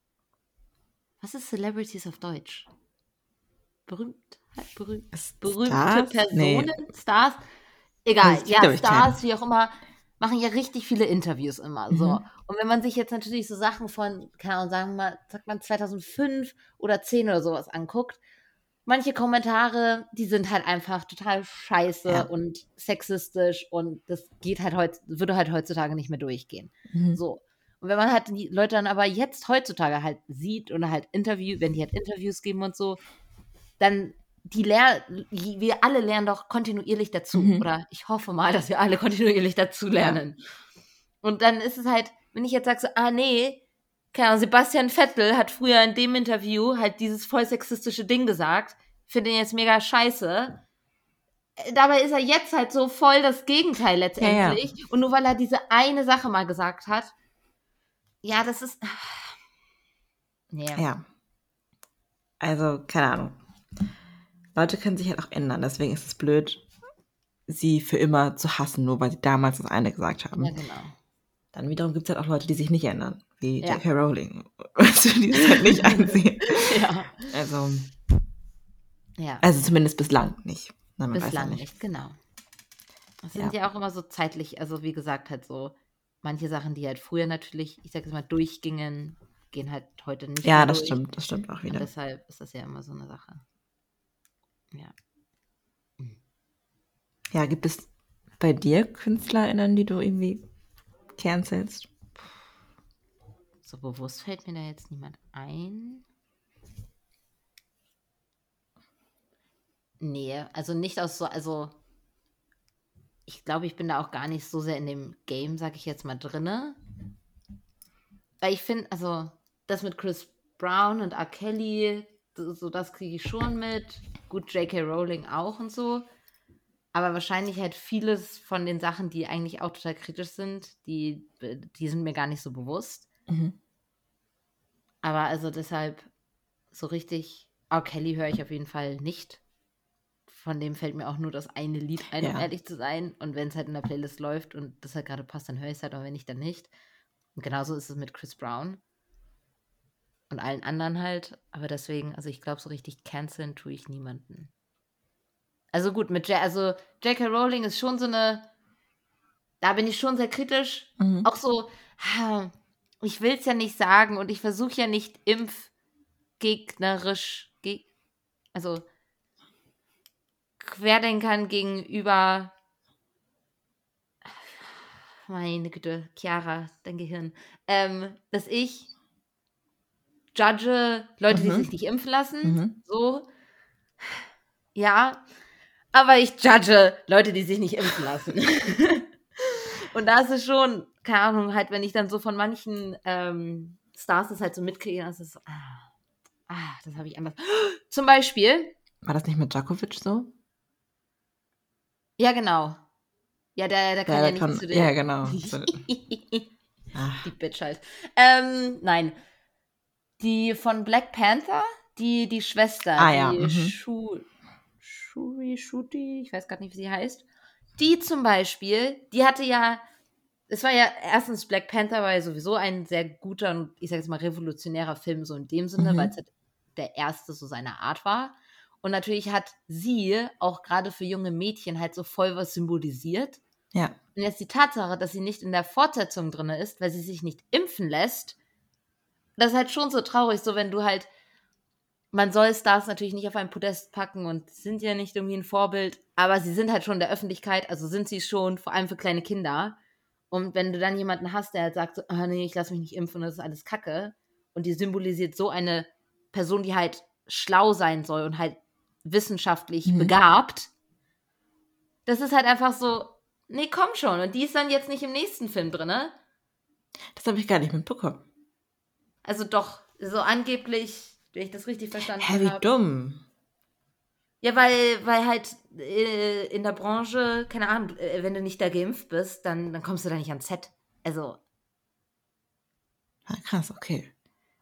was ist Celebrities auf Deutsch? Berühmt, berühmt, berühmte
Stars?
Personen,
Nee.
Stars,
Also,
egal,
es gibt,
ja,
glaub ich,
Stars,
keinen.
wie auch immer, machen ja richtig viele Interviews immer, so.
Mhm.
Und wenn man sich jetzt natürlich so Sachen von, keine Ahnung, sagen wir mal, sagt man zweitausendfünf oder zehn oder sowas anguckt, manche Kommentare, die sind halt einfach total scheiße
Ja.
und sexistisch und das geht halt heut, würde halt heutzutage nicht mehr durchgehen.
Mhm.
So. Und wenn man halt die Leute dann aber jetzt heutzutage halt sieht oder halt Interview, wenn die halt Interviews geben und so, dann die lernen, wir alle lernen doch kontinuierlich dazu.
Mhm.
Oder ich hoffe mal, dass wir alle kontinuierlich dazu lernen. Ja. Und dann ist es halt, wenn ich jetzt sage so, ah nee, keine Ahnung, Sebastian Vettel hat früher in dem Interview halt dieses voll sexistische Ding gesagt, finde ihn jetzt mega scheiße. Dabei ist er jetzt halt so voll das Gegenteil letztendlich. Ja, ja. Und nur weil er diese eine Sache mal gesagt hat, ja, das ist...
Yeah. Ja. Also, keine Ahnung. Leute können sich halt auch ändern, deswegen ist es blöd, sie für immer zu hassen, nur weil sie damals das eine gesagt haben.
Ja, genau.
Dann wiederum gibt es halt auch Leute, die sich nicht ändern, wie
ja.
J K Rowling, also die es halt nicht einsehen.
Ja.
Also,
ja.
also zumindest bislang nicht. Na, man
bislang
weiß ja nicht.
nicht, genau. Das
Ja.
sind ja auch immer so zeitlich, also wie gesagt, halt so manche Sachen, die halt früher natürlich, ich sag jetzt mal, durchgingen, gehen halt heute nicht
Ja,
mehr
das
durch.
stimmt, das stimmt auch wieder.
Und deshalb ist das ja immer so eine Sache. Ja.
Ja, gibt es bei dir KünstlerInnen, die du irgendwie cancelst?
So bewusst fällt mir da jetzt niemand ein. Nee, also nicht aus so, also ich glaube, ich bin da auch gar nicht so sehr in dem Game, sag ich jetzt mal, drinne. Weil ich finde, also das mit Chris Brown und R. Kelly, so das kriege ich schon mit. Gut, J K Rowling auch und so. Aber wahrscheinlich halt vieles von den Sachen, die eigentlich auch total kritisch sind, die, die sind mir gar nicht so bewusst.
Mhm.
Aber also deshalb so richtig, R. Kelly höre ich auf jeden Fall nicht. Von dem fällt mir auch nur das eine Lied ein, um
Ja.
ehrlich zu sein. Und wenn es halt in der Playlist läuft und das halt gerade passt, dann höre ich es halt, aber wenn nicht, dann nicht. Und genauso ist es mit Chris Brown. Und allen anderen halt. Aber deswegen, also ich glaube, so richtig canceln tue ich niemanden. Also gut, mit J- also J K Rowling ist schon so eine, da bin ich schon sehr kritisch.
Mhm.
Auch so, ich will es ja nicht sagen und ich versuche ja nicht impfgegnerisch, ge- also Querdenkern gegenüber, meine Güte, Chiara, dein Gehirn, ähm, dass ich judge Leute, die
Mhm.
sich nicht impfen lassen.
Mhm.
So. Ja. Aber ich judge Leute, die sich nicht impfen lassen. Und da ist es schon, keine Ahnung, halt, wenn ich dann so von manchen ähm, Stars das halt so mitkriege, dann ist es so, ah, ah das habe ich anders. Zum Beispiel,
War das nicht mit Djokovic so?
ja, genau. Ja, der, der kann
Ja,
ja
der
nicht
kann,
zu
ja,
den.
genau. So, ach,
Die Bitch halt. Ähm, nein. Die von Black Panther, die, die Schwester,
ah ja,
die
mhm.
Shu, Shuri, Shuti, ich weiß gerade nicht, wie sie heißt. Die zum Beispiel, die hatte ja, es war ja erstens, Black Panther war ja sowieso ein sehr guter und ich sage jetzt mal revolutionärer Film, so in dem Sinne, weil es
Mhm.
halt der erste so seiner Art war. Und natürlich hat sie auch gerade für junge Mädchen halt so voll was symbolisiert.
Ja.
Und jetzt die Tatsache, dass sie nicht in der Fortsetzung drin ist, weil sie sich nicht impfen lässt, das ist halt schon so traurig, so wenn du halt, man soll Stars natürlich nicht auf ein Podest packen und sind ja nicht irgendwie ein Vorbild, aber sie sind halt schon in der Öffentlichkeit, also sind sie schon, vor allem für kleine Kinder. Und wenn du dann jemanden hast, der halt sagt, so, ah nee, ich lasse mich nicht impfen, das ist alles Kacke, und die symbolisiert so eine Person, die halt schlau sein soll und halt wissenschaftlich
Mhm.
begabt, das ist halt einfach so, nee, komm schon. Und die ist dann jetzt nicht im nächsten Film drin, ne?
Das habe ich gar nicht mitbekommen.
Also doch, so angeblich, wenn ich das richtig verstanden
Hä, wie
habe.
dumm.
Ja, weil, weil halt äh, in der Branche, keine Ahnung, äh, wenn du nicht da geimpft bist, dann, dann kommst du da nicht ans Set. Also,
Ah, krass, okay.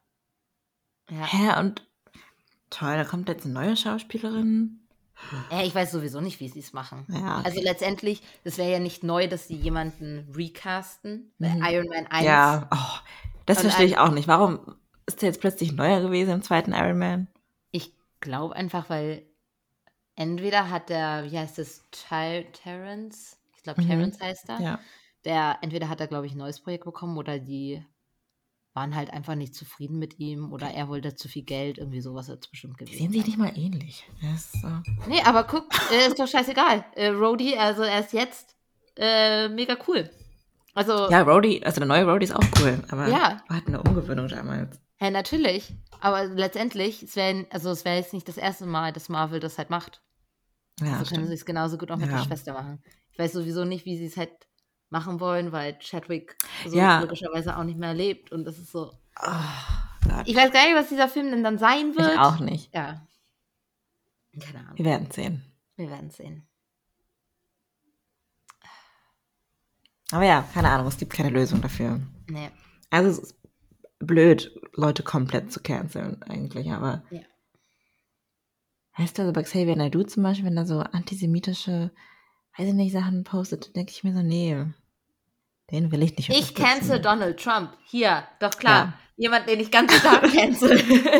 ja.
Hä, und toll, da kommt jetzt eine neue Schauspielerin.
Äh, ich weiß sowieso nicht, wie sie es machen.
Ja, okay.
Also letztendlich, das wäre ja nicht neu, dass sie jemanden recasten. Weil
Mhm.
Iron Man eins.
Ja, oh, das
Und
verstehe ich
ein-
auch nicht. Warum ist der jetzt plötzlich neuer gewesen im zweiten Iron Man?
Ich glaube einfach, weil entweder hat der, wie heißt das, Ty Terrence? Ich glaube,
Mhm.
Terrence heißt er.
Ja.
Der, entweder hat er, glaube ich, ein neues Projekt bekommen oder die waren halt einfach nicht zufrieden mit ihm oder er wollte zu viel Geld, irgendwie sowas wird es bestimmt
Die
gewesen
sehen sich
sein.
nicht mal ähnlich. Das ist so.
Nee, aber guck, äh, ist doch scheißegal. Äh, Rhodey, also er ist jetzt äh, mega cool. Also,
Ja, Rhodey, also der neue Rhodey ist auch cool, aber
ja,
war halt eine Umgewöhnung damals.
ja, natürlich. Aber letztendlich, es wäre also es wäre jetzt nicht das erste Mal, dass Marvel das halt macht.
Ja,
Also können sie
stimmt.
es genauso gut auch mit der
Ja.
Schwester machen. Ich weiß sowieso nicht, wie sie es halt machen wollen, weil Chadwick so
Ja.
logischerweise auch nicht mehr lebt und das ist so.
Oh, Gott.
Ich weiß gar nicht, was dieser Film denn dann sein wird.
Ich auch nicht.
Ja. Keine Ahnung.
Wir werden sehen.
Wir werden sehen.
Aber ja, keine Ahnung, es gibt keine Lösung dafür.
Nee.
Also es ist blöd, Leute komplett zu canceln eigentlich, aber
Ja.
weißt du, also bei Xavier Naidoo zum Beispiel, wenn er so antisemitische, weiß ich nicht, Sachen postet, denke ich mir so, nee, den will ich nicht
Ich
unterstützen.
cancel Donald Trump. Hier, doch klar.
Ja.
Jemand, den ich ganz stark cancel.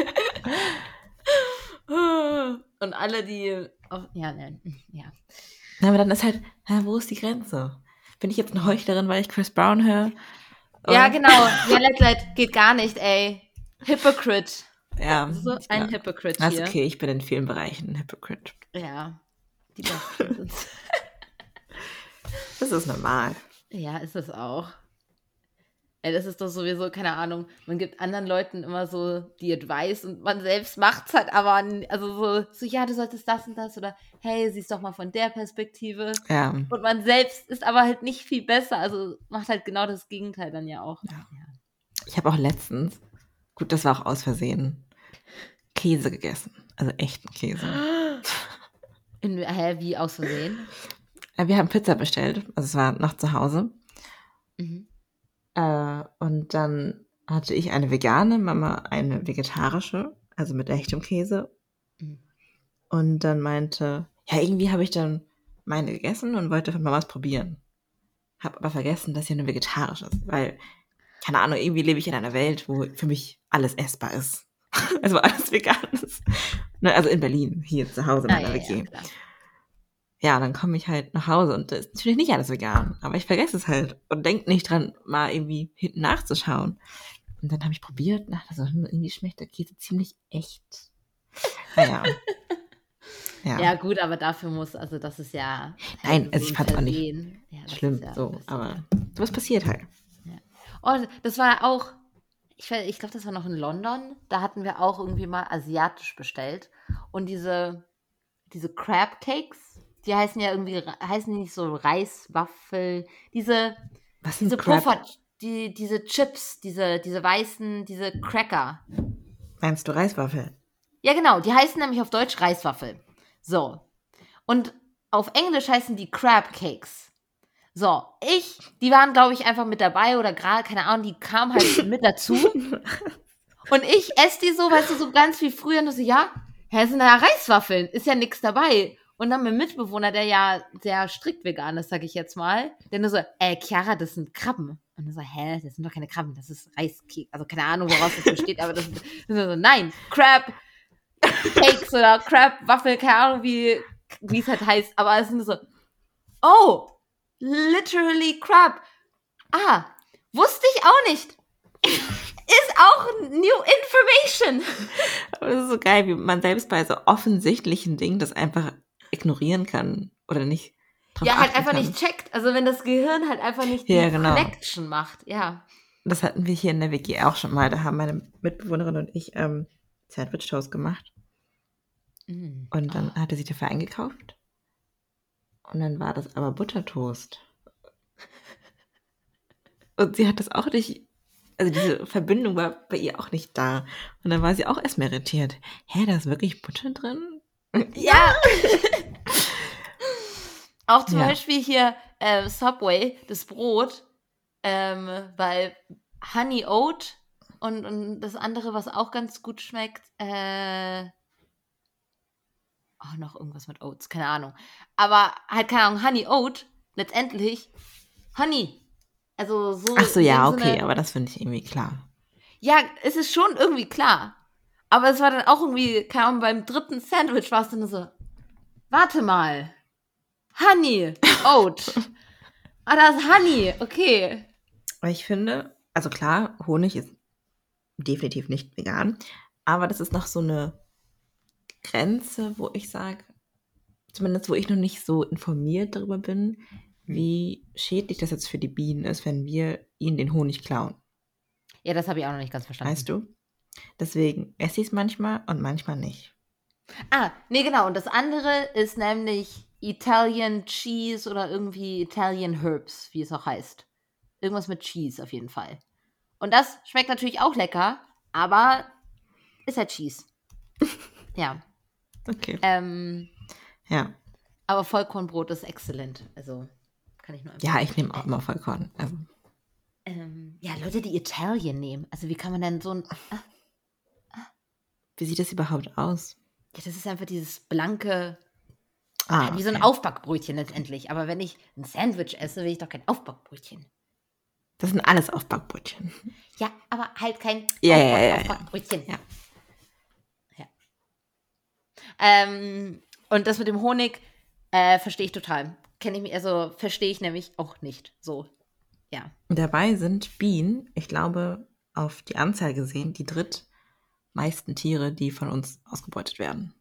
Und alle, die. Auf, ja, ne, ja.
Na, aber dann ist halt, ja, wo ist die Grenze? Bin ich jetzt eine Heuchlerin, weil ich Chris Brown höre?
Ja,
Und-
genau. Ja, Let Let geht gar nicht, ey. Hypocrite.
Ja,
So
ich
ein
glaub-
Hypocrite
Das ist
hier.
okay, ich bin in vielen Bereichen ein Hypocrite.
Ja. Die Besten sind's.
Das ist normal.
Ja, ist es auch. Ja, das ist doch sowieso, keine Ahnung, man gibt anderen Leuten immer so die Advice und man selbst macht's halt aber, n- also so, so, ja, du solltest das und das oder hey, siehst doch mal von der Perspektive.
Ja,
Und man selbst ist aber halt nicht viel besser, also macht halt genau das Gegenteil dann ja auch.
Ja. ich habe auch letztens, gut, das war auch aus Versehen, Käse gegessen. Also echten Käse.
In, hä, wie aus Versehen?
Ja, wir haben Pizza bestellt, also es war noch zu Hause.
Mhm.
Äh, und dann hatte ich eine vegane, Mama eine vegetarische, also mit echtem Käse.
Mhm.
Und dann meinte, ja, irgendwie habe ich dann meine gegessen und wollte von Mamas probieren. Hab aber vergessen, dass sie eine vegetarische ist, weil, keine Ahnung, irgendwie lebe ich in einer Welt, wo für mich alles essbar ist. Also alles vegan ist. Ne, also in Berlin, hier zu Hause in
Ah,
meiner
ja,
W G.
ja, klar.
Ja, dann komme ich halt nach Hause und da ist natürlich nicht alles vegan, aber ich vergesse es halt und denke nicht dran, mal irgendwie hinten nachzuschauen. Und dann habe ich probiert und dachte so, hm, irgendwie schmeckt der Käse ziemlich echt. Naja. Ja.
Ja, gut, aber dafür muss, also das ist ja.
Nein,
so
also ich
ein
fand's auch nicht
Versehen. Ja, das
schlimm,
ist ja,
so,
das ist
aber
ja-
sowas passiert halt.
Oh, das war ja auch, ich, we- ich glaube, das war noch in London. Da hatten wir auch irgendwie mal asiatisch bestellt. Und diese, diese Crab Cakes, die heißen ja irgendwie, Re- heißen die nicht so Reiswaffel, diese,
Was sind
diese
Crab?
Puffer, die, diese Chips, diese, diese weißen, diese Cracker.
Meinst du Reiswaffel?
Ja, genau, die heißen nämlich auf Deutsch Reiswaffel. So. Und auf Englisch heißen die Crab Cakes. So, ich, die waren, glaube ich, einfach mit dabei oder gerade, keine Ahnung, die kamen halt mit dazu. Und ich esse die so, weißt du, so ganz wie früher. Und du so, ja, ja, sind ja Reiswaffeln, ist ja nichts dabei. Und dann mein Mitbewohner, der ja sehr strikt vegan ist, sag ich jetzt mal, der nur so, äh, Chiara, das sind Krabben. Und du so, hä, das sind doch keine Krabben, das ist Reiskeks. Also keine Ahnung, woraus das besteht, aber das ist so, nein, Crab Cakes oder Crab Waffel, keine Ahnung, wie wie es halt heißt. Aber es sind so, oh, literally Crab. Ah, wusste ich auch nicht. Ist auch new information.
Aber das ist so geil, wie man selbst bei so offensichtlichen Dingen das einfach ignorieren kann oder nicht drauf
Ja, halt
achten
einfach
kann.
nicht checkt. Also wenn das Gehirn halt einfach nicht
Ja,
die
genau.
Connection macht. Ja.
Das hatten wir hier in der W G auch schon mal. Da haben meine Mitbewohnerin und ich ähm, Sandwich-Toast gemacht.
Mm.
Und dann
Oh.
hatte sie dafür eingekauft. Und dann war das aber Buttertoast. Und sie hat das auch nicht, also diese Verbindung war bei ihr auch nicht da. Und dann war sie auch erstmal irritiert. Hä, da ist wirklich Butter drin?
Ja. Auch zum
Ja.
Beispiel hier ähm, Subway, das Brot, ähm, weil Honey Oat und, und das andere, was auch ganz gut schmeckt, äh, oh, noch irgendwas mit Oats, keine Ahnung. Aber halt, keine Ahnung, Honey Oat, letztendlich Honey. Also so
Ach so,
in
ja,
dem
okay,
Sinne,
aber das finde ich irgendwie klar.
ja, es ist schon irgendwie klar. Aber es war dann auch irgendwie, keine Ahnung, beim dritten Sandwich war es dann so, warte mal, Honey, Oat. Ah, da ist Honey, okay.
Aber ich finde, also klar, Honig ist definitiv nicht vegan, aber das ist noch so eine Grenze, wo ich sage, zumindest wo ich noch nicht so informiert darüber bin, wie schädlich das jetzt für die Bienen ist, wenn wir ihnen den Honig klauen.
Ja, das habe ich auch noch nicht ganz verstanden.
Weißt du? Deswegen esse ich es manchmal und manchmal nicht.
Ah, nee, genau. Und das andere ist nämlich Italian Cheese oder irgendwie Italian Herbs, wie es auch heißt. Irgendwas mit Cheese auf jeden Fall. Und das schmeckt natürlich auch lecker, aber ist halt Cheese. Ja.
Okay.
Ähm,
Ja.
aber Vollkornbrot ist exzellent. Also kann ich nur empfehlen.
Ja, ich nehme auch immer Vollkorn. Also,
Ähm, ja, Leute, die Italien nehmen. Also wie kann man denn so ein... Ah,
wie sieht das überhaupt aus?
ja, das ist einfach dieses blanke...
Ah,
Ah, wie so ein
okay.
Aufbackbrötchen letztendlich. Aber wenn ich ein Sandwich esse, will ich doch kein Aufbackbrötchen.
Das sind alles Aufbackbrötchen.
Ja, aber halt kein
Ja, ja,
Aufback
ja, ja.
Aufbackbrötchen.
Ja.
Ja. Ähm, und das mit dem Honig äh, verstehe ich total. Kenne ich mich, also verstehe ich nämlich auch nicht. So, ja.
Dabei sind Bienen, ich glaube, auf die Anzahl gesehen, die drittmeisten Tiere, die von uns ausgebeutet werden.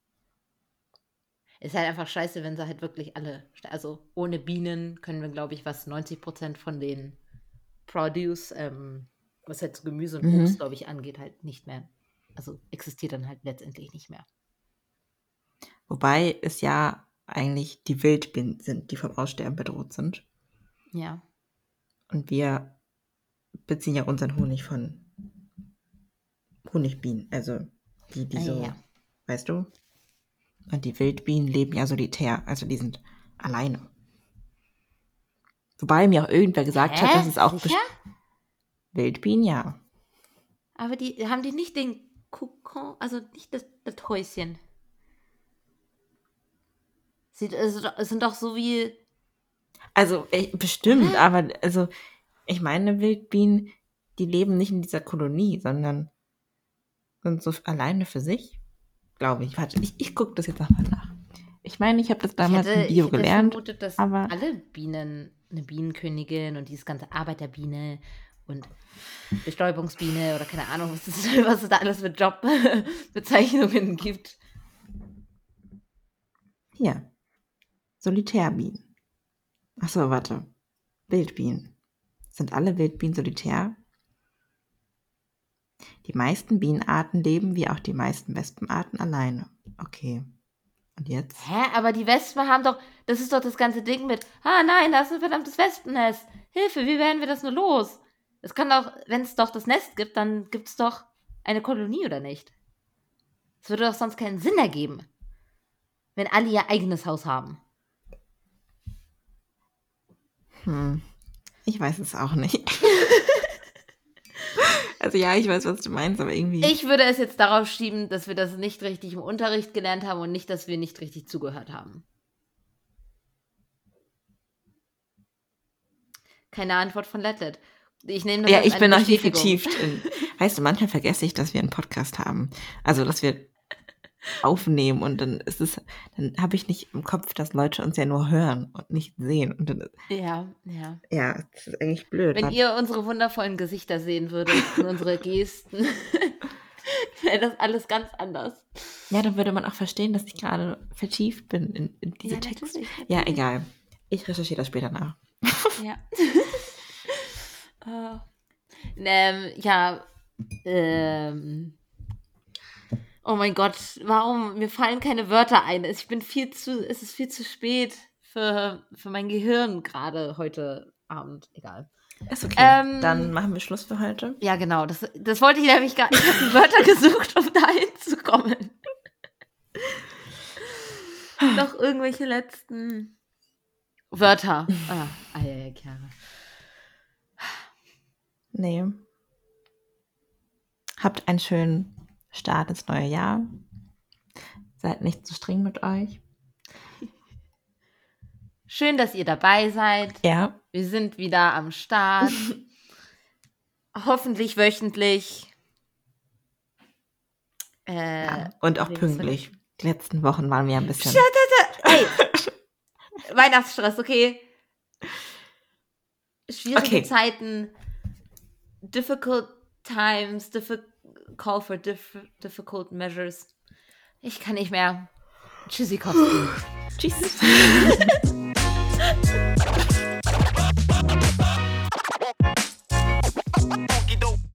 Ist halt einfach scheiße, wenn sie halt wirklich alle, also ohne Bienen können wir, glaube ich, was neunzig Prozent von den Produce, ähm, was halt so Gemüse und
Mhm.
Obst, glaube ich, angeht, halt nicht mehr. Also existiert dann halt letztendlich nicht mehr.
Wobei es ja eigentlich die Wildbienen sind, die vom Aussterben bedroht sind.
Ja.
Und wir beziehen ja unseren Honig von Honigbienen. Also die, die
Ah,
so,
ja.
weißt du? Und die Wildbienen leben ja solitär. Also die sind alleine. Wobei mir auch irgendwer gesagt
Hä?
hat, dass es auch
Sicher?
best- Wildbienen, ja.
Aber die haben die nicht den Kokon, also nicht das, das Häuschen. Sie, es es sind doch so wie.
Also äh, bestimmt,
Oder?
aber also ich meine Wildbienen, die leben nicht in dieser Kolonie, sondern sind so alleine für sich, glaube ich. Warte, ich, ich gucke das jetzt nochmal nach. Ich meine, ich habe das
Ich
damals
hätte,
in
ich
Bio
hätte
gelernt,
vermutet, dass
aber
alle Bienen eine Bienenkönigin und dieses ganze Arbeiterbiene und Bestäubungsbiene oder keine Ahnung, was es, was es da alles für Jobbezeichnungen gibt.
hier, Solitärbienen. Achso, warte. Wildbienen. Sind alle Wildbienen solitär? Die meisten Bienenarten leben wie auch die meisten Wespenarten alleine. Okay. Und jetzt?
Hä, aber die Wespen haben doch, das ist doch das ganze Ding mit, ah nein, da ist ein verdammtes Wespennest. Hilfe, wie werden wir das nur los? Es kann doch, wenn es doch das Nest gibt, dann gibt es doch eine Kolonie, oder nicht? Es würde doch sonst keinen Sinn ergeben, wenn alle ihr eigenes Haus haben.
Hm. Ich weiß es auch nicht. Also ja, ich weiß, was du meinst, aber irgendwie...
Ich würde es jetzt darauf schieben, dass wir das nicht richtig im Unterricht gelernt haben und nicht, dass wir nicht richtig zugehört haben. Keine Antwort von Letlet. Ich nehme das
Ja,
als
ich
eine
bin noch hier
Bestätigung.
vertieft. In, weißt du, manchmal vergesse ich, dass wir einen Podcast haben. Also, dass wir aufnehmen und dann ist es, dann habe ich nicht im Kopf, dass Leute uns ja nur hören und nicht sehen. Und dann,
Ja, ja.
ja, das ist eigentlich blöd.
Wenn
weil-
ihr unsere wundervollen Gesichter sehen würdet und unsere Gesten, wäre das alles ganz anders.
Ja, dann würde man auch verstehen, dass ich gerade vertieft bin in, in diese
Ja,
Texte.
natürlich,
Ja,
natürlich.
egal. Ich recherchiere das später nach.
Ja. Oh. ähm, ja. Ähm. Oh mein Gott, warum? Mir fallen keine Wörter ein. Ich bin viel zu, es ist viel zu spät für, für mein Gehirn gerade heute Abend. Egal.
Ist okay.
Ähm,
Dann machen wir Schluss für heute.
Ja, genau. Das, das wollte ich nämlich gar nicht. Ich habe die Wörter gesucht, um dahin zu kommen. Noch irgendwelche letzten Wörter. Ah, ah ja, ja, Chiara.
Nee. Habt einen schönen Start ins neue Jahr. Seid nicht zu streng mit euch.
Schön, dass ihr dabei seid.
Ja.
Wir sind wieder am Start. Hoffentlich wöchentlich. Äh,
ja. Und auch
links
pünktlich. Die letzten Wochen waren wir ein bisschen...
Hey! Weihnachtsstress, okay? Schwierige
Okay.
Zeiten. Difficult times. Diffi- call for diff- difficult measures. Ich kann nicht mehr. Tschüssikowski.
Tschüss.